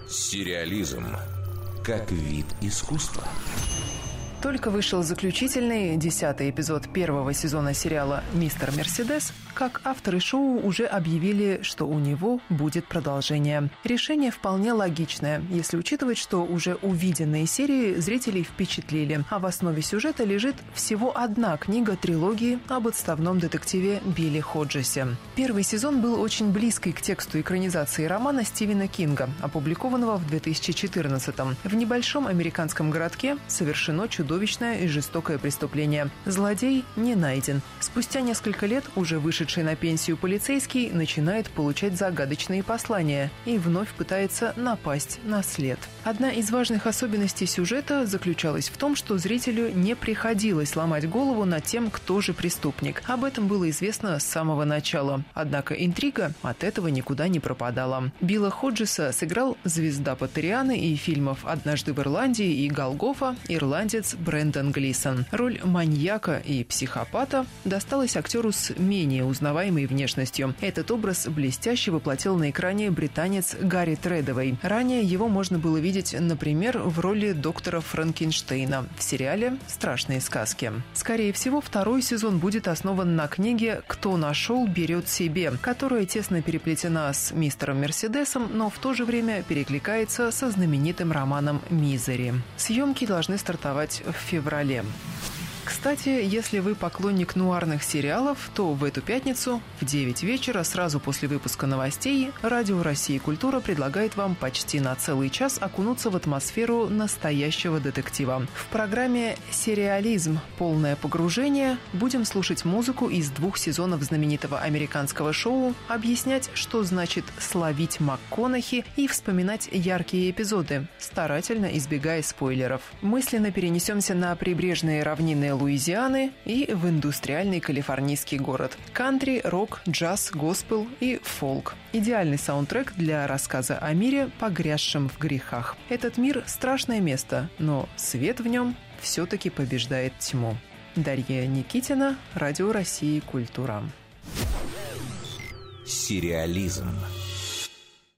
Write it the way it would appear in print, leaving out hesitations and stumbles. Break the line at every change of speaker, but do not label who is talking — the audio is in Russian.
Сериализм как вид искусства.
Только вышел заключительный 10-й эпизод первого сезона сериала «Мистер Мерседес», как авторы шоу уже объявили, что у него будет продолжение. Решение вполне логичное, если учитывать, что уже увиденные серии зрителей впечатлили, а в основе сюжета лежит всего одна книга трилогии об отставном детективе Билли Ходжесе. Первый сезон был очень близкий к тексту экранизации романа Стивена Кинга, опубликованного в 2014-м. В небольшом американском городке совершено чудовищное и жестокое преступление. Злодей не найден. Спустя несколько лет уже вышедший на пенсию полицейский начинает получать загадочные послания и вновь пытается напасть на след. Одна из важных особенностей сюжета заключалась в том, что зрителю не приходилось ломать голову над тем, кто же преступник. Об этом было известно с самого начала. Однако интрига от этого никуда не пропадала. Билла Ходжеса сыграл звезда Поттерианы и фильмов «Однажды в Ирландии» и «Голгофа» ирландец Брендан Глисон. Роль маньяка и психопата досталась актеру с менее узнаваемой внешностью. Этот образ блестяще воплотил на экране британец Гарри Тредовей. Ранее его можно было видеть, например, в роли доктора Франкенштейна в сериале «Страшные сказки». Скорее всего, второй сезон будет основан на книге «Кто нашел, берет себе», которая тесно переплетена с «Мистером Мерседесом», но в то же время перекликается со знаменитым романом «Мизери». Съемки должны стартовать в феврале. Кстати, если вы поклонник нуарных сериалов, то в эту пятницу в 9 вечера, сразу после выпуска новостей, Радио России Культура предлагает вам почти на целый час окунуться в атмосферу настоящего детектива. В программе «Сериализм. Полное погружение» будем слушать музыку из 2 сезонов знаменитого американского шоу, объяснять, что значит словить МакКонахи и вспоминать яркие эпизоды, старательно избегая спойлеров. Мысленно перенесемся на прибрежные равнины Луизианы и в индустриальный калифорнийский город. Кантри, рок, джаз, госпел и фолк. Идеальный саундтрек для рассказа о мире, погрязшем в грехах. Этот мир – страшное место, но свет в нем все-таки побеждает тьму. Дарья Никитина, Радио России Культура.
Сериализм.